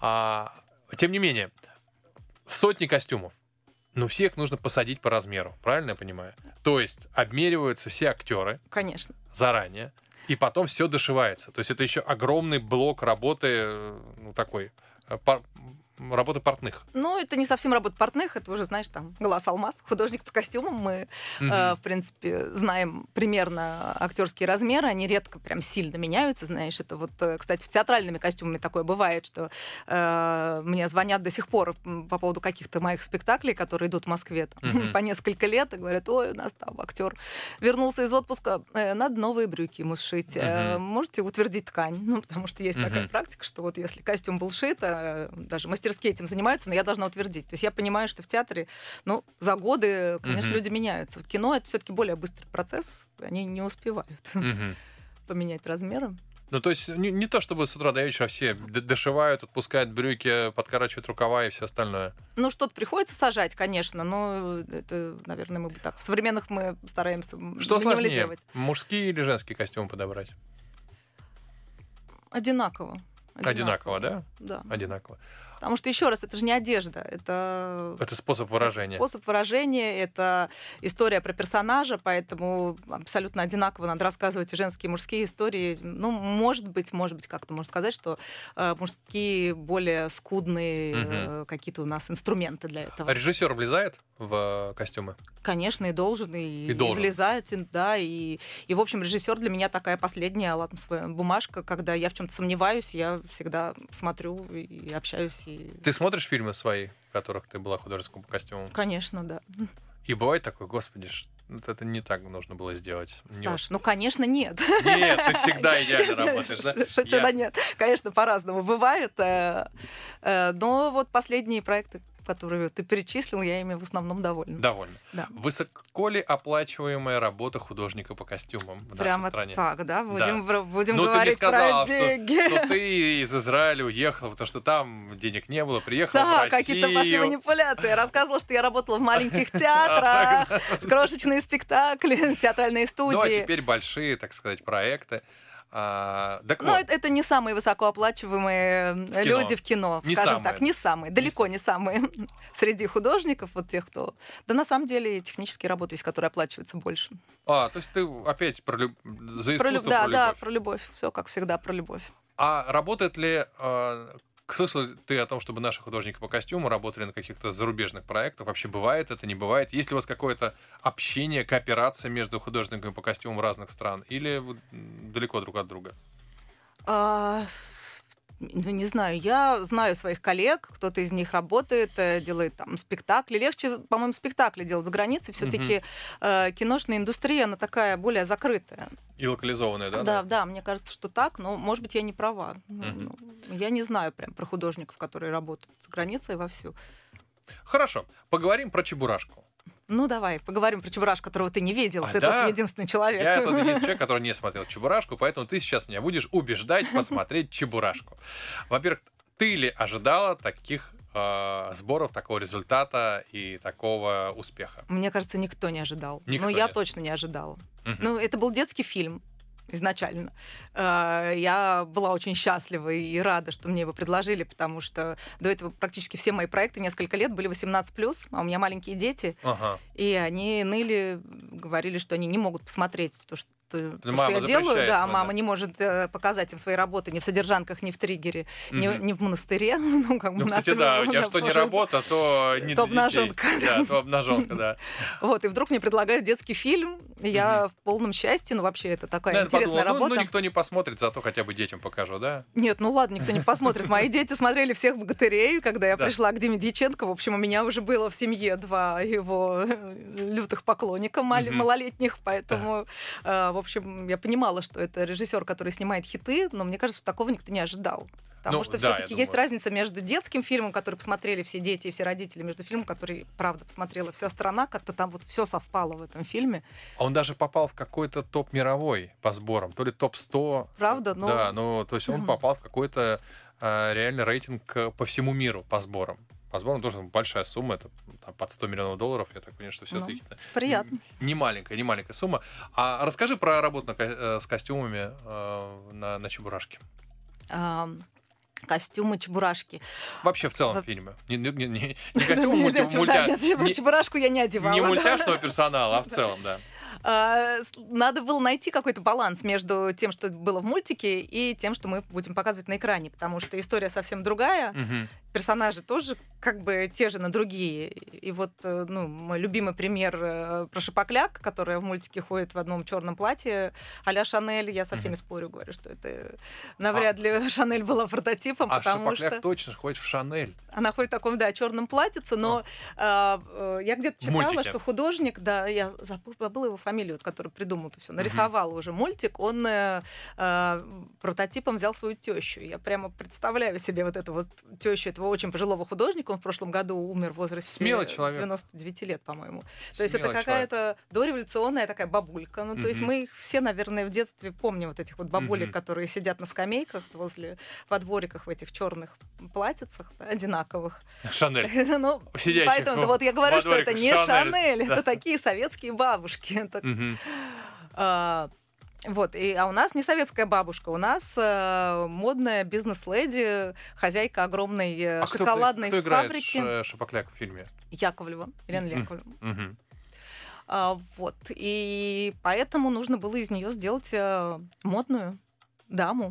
Тем не менее, сотни костюмов. Но всех нужно посадить по размеру, правильно я понимаю? То есть обмериваются все актеры. Конечно. Заранее. И потом все дошивается. То есть это еще огромный блок работы, такой, работы портных. Ну, это не совсем работа портных, это уже, знаешь, там, глаз алмаз, художник по костюмам. Мы, в принципе, знаем примерно актерские размеры, они редко прям сильно меняются, знаешь. Это вот, кстати, с театральными костюмами такое бывает, что мне звонят до сих пор по поводу каких-то моих спектаклей, которые идут в Москве там, по несколько лет, и говорят, ой, у нас там актер вернулся из отпуска, надо новые брюки ему сшить. Можете утвердить ткань? Ну, потому что есть такая практика, что вот если костюм был шит, даже мастерские этим занимаются, но я должна утвердить. То есть я понимаю, что в театре, за годы, конечно, люди меняются. В кино это все-таки более быстрый процесс, они не успевают поменять размеры. Ну, то есть не то, чтобы с утра до вечера все дошивают, отпускают брюки, подкорачивают рукава и все остальное. Ну, что-то приходится сажать, конечно, но это, наверное, мы так. В современных мы стараемся что минимализировать. Что сложнее, мужские или женские костюмы подобрать? Одинаково. Одинаково, да? Да. Одинаково. Потому что, еще раз, это же не одежда, это способ выражения. Это способ выражения, это история про персонажа, поэтому абсолютно одинаково надо рассказывать и женские, и мужские истории. Ну, может быть, как-то можно сказать, что мужские более скудные какие-то у нас инструменты для этого. А режиссер влезает в костюмы? Конечно, и должен, и влезает, да, и, в общем, режиссер для меня такая последняя лакмусовая бумажка, когда я в чем-то сомневаюсь, я всегда смотрю и общаюсь. Ты смотришь фильмы свои, в которых ты была художником по костюмам? Конечно, да. И бывает такое, господи, это не так нужно было сделать. Саш, конечно, нет. Нет, ты всегда идеально работаешь, да? Что нет. Конечно, по-разному бывает. Но вот последние проекты, которые ты перечислил, я ими в основном довольна. Довольна. Да. Высоко ли оплачиваемая работа художника по костюмам в прямо нашей стране? Так, да? Будем говорить ты мне сказала, про деньги. что ты из Израиля уехала, потому что там денег не было, приехала в Россию. Да, какие-то пошли манипуляции. Я рассказывала, что я работала в маленьких театрах, крошечные спектакли, театральные студии. Ну, а теперь большие, так сказать, проекты. Но это не самые высокооплачиваемые люди в кино, скажем так. Не самые, далеко не самые. Среди художников, вот тех, кто... Да на самом деле технические работы есть, которые оплачиваются больше. То есть ты опять за искусство, про любовь. Да, про любовь. Все как всегда про любовь. А работает ли... Слышал ты о том, чтобы наши художники по костюму работали на каких-то зарубежных проектах? Вообще бывает это, не бывает? Есть ли у вас какое-то общение, кооперация между художниками по костюмам разных стран? Или вы далеко друг от друга? Не знаю, я знаю своих коллег, кто-то из них работает, делает там спектакли. Легче, по-моему, спектакли делать за границей. Все-таки киношная индустрия, она такая более закрытая. И локализованная, да? Да, мне кажется, что так, но, может быть, я не права. Я не знаю прям про художников, которые работают за границей вовсю. Хорошо, поговорим про Чебурашку. Ну, давай, поговорим про Чебурашку, которого ты не видел. Ты да? тот единственный человек. Я тот единственный человек, который не смотрел Чебурашку, поэтому ты сейчас меня будешь убеждать посмотреть Чебурашку. Во-первых, ты ли ожидала таких сборов, такого результата и такого успеха? Мне кажется, никто не ожидал. Никто я нет. точно не ожидала. Мгм. Ну, это был детский фильм изначально. Я была очень счастлива и рада, что мне его предложили, потому что до этого практически все мои проекты несколько лет были 18+, а у меня маленькие дети, Ага. и они ныли, говорили, что они не могут посмотреть то, что Мама я делаю, запрещает, да, да. мама не может показать им свои работы ни в «Содержанках», ни в «Триггере», ни в «Монастыре». Ну, как бы Ну, у нас кстати, да, у тебя что не работа, то не то для детей. обнаженка. Да, то обнаженка, да. Вот, и вдруг мне предлагают детский фильм, и я в полном счастье, ну, вообще, это такая Наверное, интересная подумала, работа. ну, никто не посмотрит, зато хотя бы детям покажу, да? Нет, ну ладно, никто не посмотрит. Мои дети смотрели «Всех богатырей», когда я Да. пришла к Диме Дьяченко. В общем, у меня уже было в семье 2 его лютых поклонника малолетних, поэтому, в общем, я понимала, что это режиссер, который снимает хиты, но мне кажется, что такого никто не ожидал. Потому Ну, что да, все-таки я есть думаю. разница между детским фильмом, который посмотрели все дети и все родители, между фильмом, который, правда, посмотрела вся страна, как-то там вот все совпало в этом фильме. А он даже попал в какой-то топ мировой по сборам, то ли топ-100. Правда? Ну, Да, ну, то есть он попал в какой-то реально рейтинг по всему миру по сборам. По сборам тоже большая сумма, это там, под $100 миллионов, я так понимаю, что все-таки приятно. не маленькая сумма. А расскажи про работу с костюмами на Чебурашке. Костюмы Чебурашки. Вообще в целом в фильме. Не костюмы Нет, Чебурашку я не одевала. не да. мультяшного персонала, а в целом, да. Надо было найти какой-то баланс между тем, что было в мультике, и тем, что мы будем показывать на экране, потому что история совсем другая, Мгм. персонажи тоже как бы те же, но другие. И вот, ну, мой любимый пример про Шапокляк, которая в мультике ходит в одном черном платье а-ля Шанель. Я со всеми спорю, говорю, что это навряд ли Шанель была прототипом, А потому Шапокляк что точно ходит в Шанель. она ходит в таком, да, черном платьице, но я где-то читала, мультике. что художник, да, я забыла его фамилию, вот, который придумал это все, нарисовал уже мультик, он прототипом взял свою тещу. Я прямо представляю себе вот эту вот тещу этого очень пожилого художника. Он в прошлом году умер в возрасте Смелый человек. 99 лет, по-моему. То есть это Смелый какая-то дореволюционная такая бабулька. Ну, то есть мы их все, наверное, в детстве помним, вот этих вот бабулек, которые сидят на скамейках возле во двориках в этих черных платьицах, да, одинаковых. Шанель. Ну, Сидящих поэтому вот я говорю, во что это двориках не Шанель. Шанель, Да. это такие советские бабушки. Это, Мгм. вот, а у нас не советская бабушка, у нас модная бизнес-леди, хозяйка огромной А кто шоколадной играет фабрики. Шапокляк в фильме? Яковлева, Елена Мгм. Яковлева. Мгм. Вот, и поэтому нужно было из нее сделать модную даму.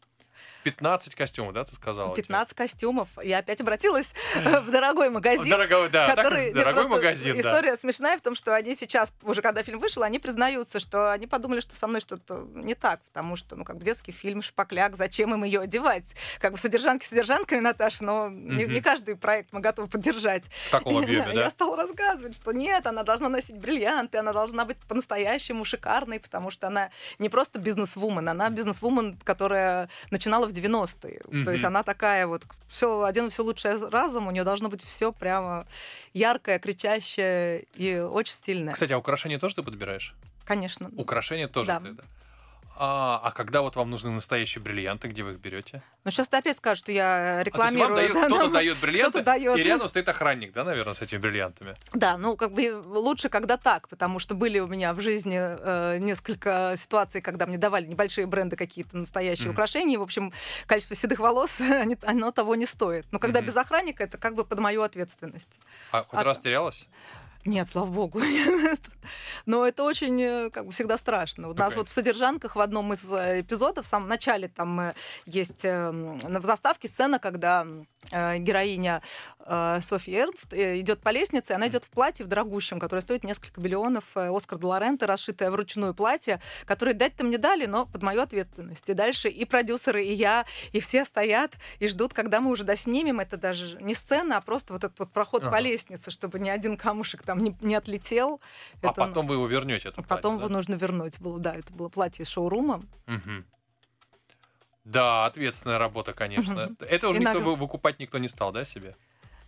15 костюмов, да, ты сказала? 15 костюмов. Я опять обратилась в дорогой магазин. Дорогой, да, который, дорогой просто магазин, да. История смешная в том, что они сейчас, уже когда фильм вышел, они признаются, что они подумали, что со мной что-то не так, потому что, ну, как бы детский фильм «Шапокляк», зачем им ее одевать? Как бы содержанки содержанками, Наташа, но не каждый проект мы готовы поддержать. В таком объеме, да? Я стала рассказывать, что нет, она должна носить бриллианты, она должна быть по-настоящему шикарной, потому что она не просто бизнес-вумен, она бизнес-вумен, которая начинала в 90-е. То есть она такая вот, все лучшее разом, у нее должно быть все прямо яркое, кричащее и очень стильное. Кстати, а украшения тоже ты подбираешь? Конечно. Украшения тоже Да. ты, да? А когда вот вам нужны настоящие бриллианты, где вы их берете? Ну, сейчас ты опять скажешь, что я А, то есть рекламирую. вам дают, да, кто-то нам- дает бриллианты, кто-то дает. и рядом стоит охранник, да, наверное, с этими бриллиантами? Да, ну, как бы лучше, когда так, потому что были у меня в жизни несколько ситуаций, когда мне давали небольшие бренды какие-то настоящие украшения, и, в общем, количество седых волос, оно того не стоит. Но когда без охранника, это как бы под мою ответственность. А хоть раз терялась? Нет, слава богу. Но это очень, как бы, всегда страшно. У нас Окей. вот в «Содержанках» в одном из эпизодов, в самом начале, там есть в заставке сцена, когда героиня Софья Эрнст идет по лестнице, она идет в платье в дорогущем, которое стоит несколько миллионов, Оскар де ла Рента, расшитое вручную платье, которое дать-то мне дали, но под мою ответственность. И дальше и продюсеры, и я, и все стоят и ждут, когда мы уже доснимем. Это даже не сцена, а просто вот этот вот проход по лестнице, чтобы ни один камушек там не отлетел. А Это, потом вы его вернете, это потом платье, его нужно вернуть. Это было платье из шоурума. да? Мгм. Да, ответственная работа, конечно. Это уже Иногда. выкупать никто не стал, да, себе?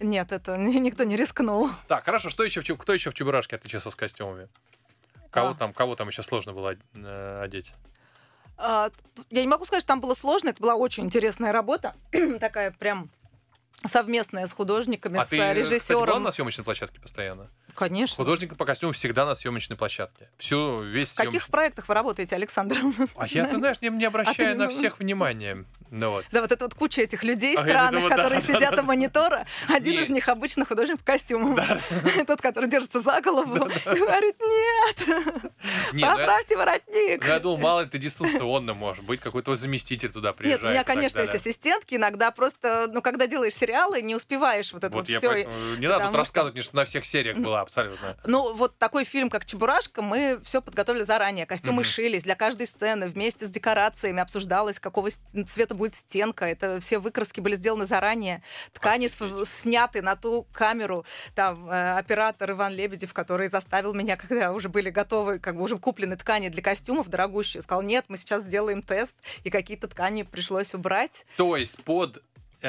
Нет, это никто не рискнул. Так, хорошо, кто еще в Чебурашке отличился с костюмами? Кого там еще сложно было одеть? Я не могу сказать, что там было сложно. Это была очень интересная работа. Такая прям совместная с художниками, с режиссером. Кстати, была на съемочной площадке постоянно? Конечно. Художник по костюму всегда на съемочной площадке. В каких проектах вы работаете, Александр? А я, ты знаешь, не обращаю на всех внимания. Да, вот это вот куча этих людей странных, которые сидят у монитора. Один из них обычно художник по костюмам. Тот, который держится за голову, говорит: нет, поправьте воротник. Я думал, мало ли ты дистанционно можешь быть, какой-то заместитель туда приезжает. Нет, у меня, конечно, есть ассистентки. Иногда просто, когда делаешь сериалы, не успеваешь вот это вот все. Не надо тут рассказывать мне, что на всех сериях была абсолютно. Ну, вот такой фильм, как «Чебурашка», мы все подготовили заранее. Костюмы шились для каждой сцены вместе с декорациями, обсуждалось, какого цвета будет стенка. Это все выкраски были сделаны заранее. Ткани сняты на ту камеру. Там оператор Иван Лебедев, который заставил меня, когда уже были готовы, как бы уже куплены ткани для костюмов дорогущие, сказал: нет, мы сейчас сделаем тест, и какие-то ткани пришлось убрать. То есть под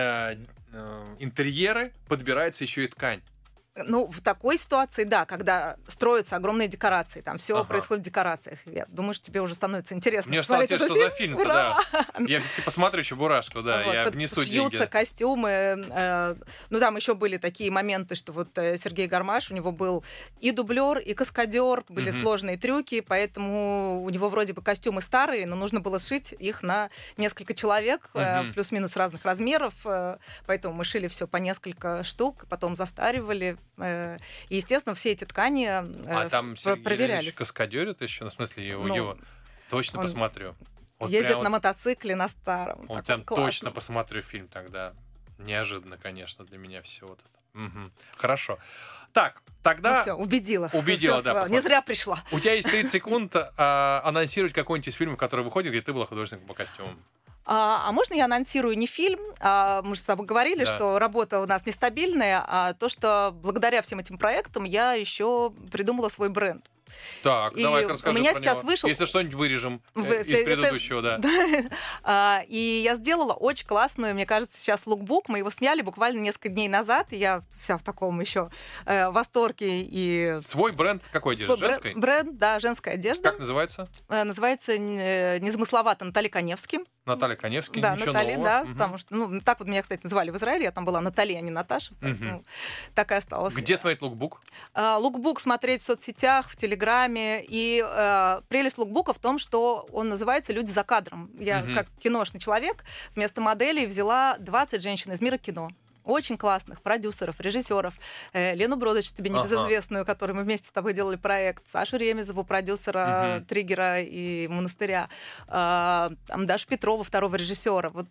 интерьеры подбирается еще и ткань? Ну, в такой ситуации, да, когда строятся огромные декорации, там все происходит в декорациях. Я думаю, что тебе уже становится интересно. Мне стало интересно, что за фильм-то, да. Я все-таки посмотрю «Чебурашку», да, я внесу деньги. Шьются костюмы. Ну, там еще были такие моменты, что вот Сергей Гармаш, у него был и дублер, и каскадер, были сложные трюки, поэтому у него вроде бы костюмы старые, но нужно было сшить их на несколько человек, плюс-минус разных размеров, поэтому мы шили все по несколько штук, потом застаривали. И, естественно, все эти ткани там проверялись. Каскадерит еще, в смысле, у него точно посмотрю. Вот ездит на мотоцикле на старом. Вот прям точно посмотрю фильм тогда. Неожиданно, конечно, для меня все вот это. Хорошо. Так, тогда... Ну все, убедила. Убедила, да. Не зря пришла. У тебя есть 30 секунд анонсировать какой-нибудь из фильмов, который выходит, где ты была художником по костюмам. А можно я анонсирую не фильм? Мы же с тобой говорили, что работа у нас нестабильная, а то, что благодаря всем этим проектам я еще придумала свой бренд. Так, давай-ка расскажи у меня про сейчас него. вышел... Если что-нибудь вырежем из предыдущего, да. И я сделала очень классную, мне кажется, сейчас лукбук. Мы его сняли буквально несколько дней назад, и я вся в таком еще восторге. И... Свой бренд какой одежды? Женской? Бренд, да, женская одежда. Как называется? Называется незамысловато Наталья Каневски. Наталья Каневски, да, ничего Наталья, нового. Да, потому что, так вот меня, кстати, называли в Израиле, я там была Наталья, а не Наташа, поэтому так и осталось. Где смотреть лукбук? Лукбук смотреть в соцсетях, в Телеграме, и прелесть лукбука в том, что он называется «Люди за кадром». Я, как киношный человек, вместо моделей взяла 20 женщин из мира кино. Очень классных продюсеров, режиссеров. Лену Бродыч, тебе небезызвестную, которой мы вместе с тобой делали проект. Сашу Ремезову, продюсера «Триггера» и «Монастыря». Там Дашу Петрова, второго режиссера. Вот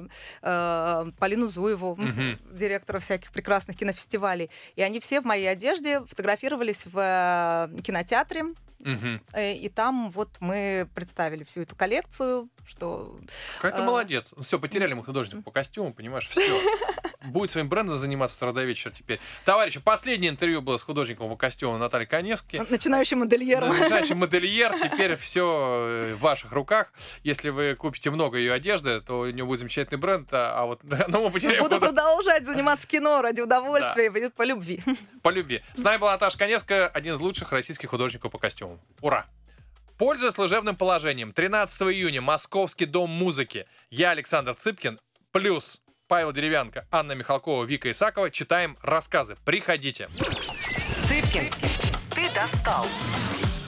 Полину Зуеву, директора всяких прекрасных кинофестивалей. И они все в моей одежде фотографировались в кинотеатре. И там вот мы представили всю эту коллекцию, что... Какая ты молодец. Все, потеряли мы художника по костюму, понимаешь, все. Будет своим брендом заниматься с утра до вечера теперь. Товарищи, последнее интервью было с художником по костюму Натальей Каневски. Начинающий модельер. Начинающий модельер. Теперь все в ваших руках. Если вы купите много ее одежды, то у нее будет замечательный бренд. А вот мы потеряем... Буду продолжать заниматься кино ради удовольствия и по любви. По любви. С нами была Наташа Каневская, один из лучших российских художников по костюмам. Ура! Пользуясь служебным положением, 13 июня Московский дом музыки. Я, Александр Цыпкин, плюс Павел Деревянко, Анна Михалкова, Вика Исакова. Читаем рассказы. Приходите. Цыпкин, ты достал.